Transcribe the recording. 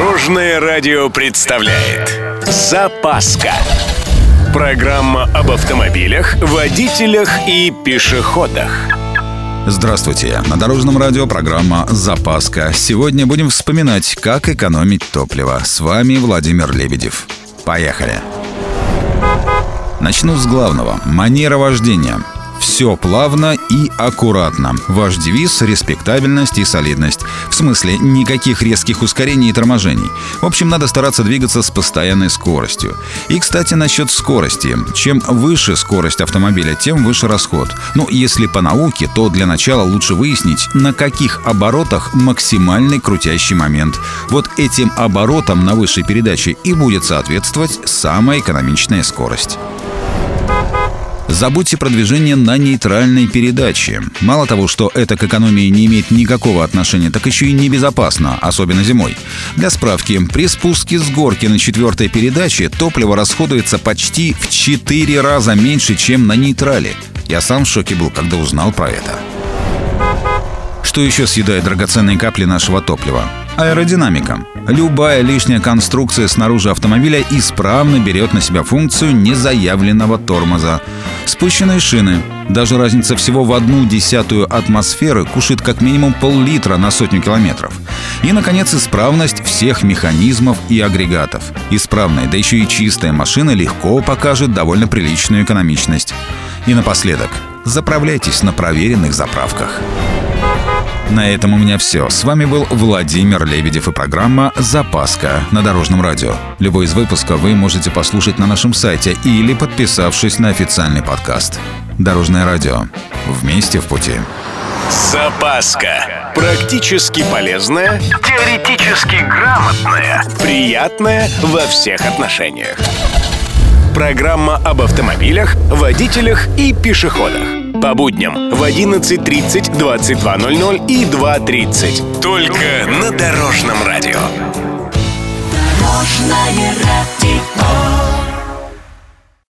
Дорожное радио представляет «Запаска». Программа об автомобилях, водителях и пешеходах. Здравствуйте! На Дорожном радио программа «Запаска». Сегодня будем вспоминать, как экономить топливо. С вами Владимир Лебедев. Поехали! Начну с главного – манера вождения. Все плавно и аккуратно. Ваш девиз – респектабельность и солидность. В смысле, никаких резких ускорений и торможений. В общем, надо стараться двигаться с постоянной скоростью. И, кстати, насчет скорости. Чем выше скорость автомобиля, тем выше расход. Если по науке, то для начала лучше выяснить, на каких оборотах максимальный крутящий момент. Вот этим оборотам на высшей передаче и будет соответствовать самая экономичная скорость. Забудьте про движение на нейтральной передаче. Мало того, что это к экономии не имеет никакого отношения, так еще и небезопасно, особенно зимой. Для справки, при спуске с горки на 4-й передаче топливо расходуется почти в 4 раза меньше, чем на нейтрале. Я сам в шоке был, когда узнал про это. Что еще съедает драгоценные капли нашего топлива? Аэродинамика. Любая лишняя конструкция снаружи автомобиля исправно берет на себя функцию незаявленного тормоза. Спущенные шины. Даже разница всего в 0,1 атмосферы кушает как минимум пол-литра на 100 километров. И, наконец, исправность всех механизмов и агрегатов. Исправная, да еще и чистая машина легко покажет довольно приличную экономичность. И напоследок, заправляйтесь на проверенных заправках. На этом у меня все. С вами был Владимир Лебедев и программа «Запаска» на Дорожном радио. Любой из выпусков вы можете послушать на нашем сайте или подписавшись на официальный подкаст. Дорожное радио. Вместе в пути. «Запаска». Практически полезная, теоретически грамотная, приятная во всех отношениях. Программа об автомобилях, водителях и пешеходах. По будням в 11:30, 22:00 и 2:30. Только на Дорожном радио.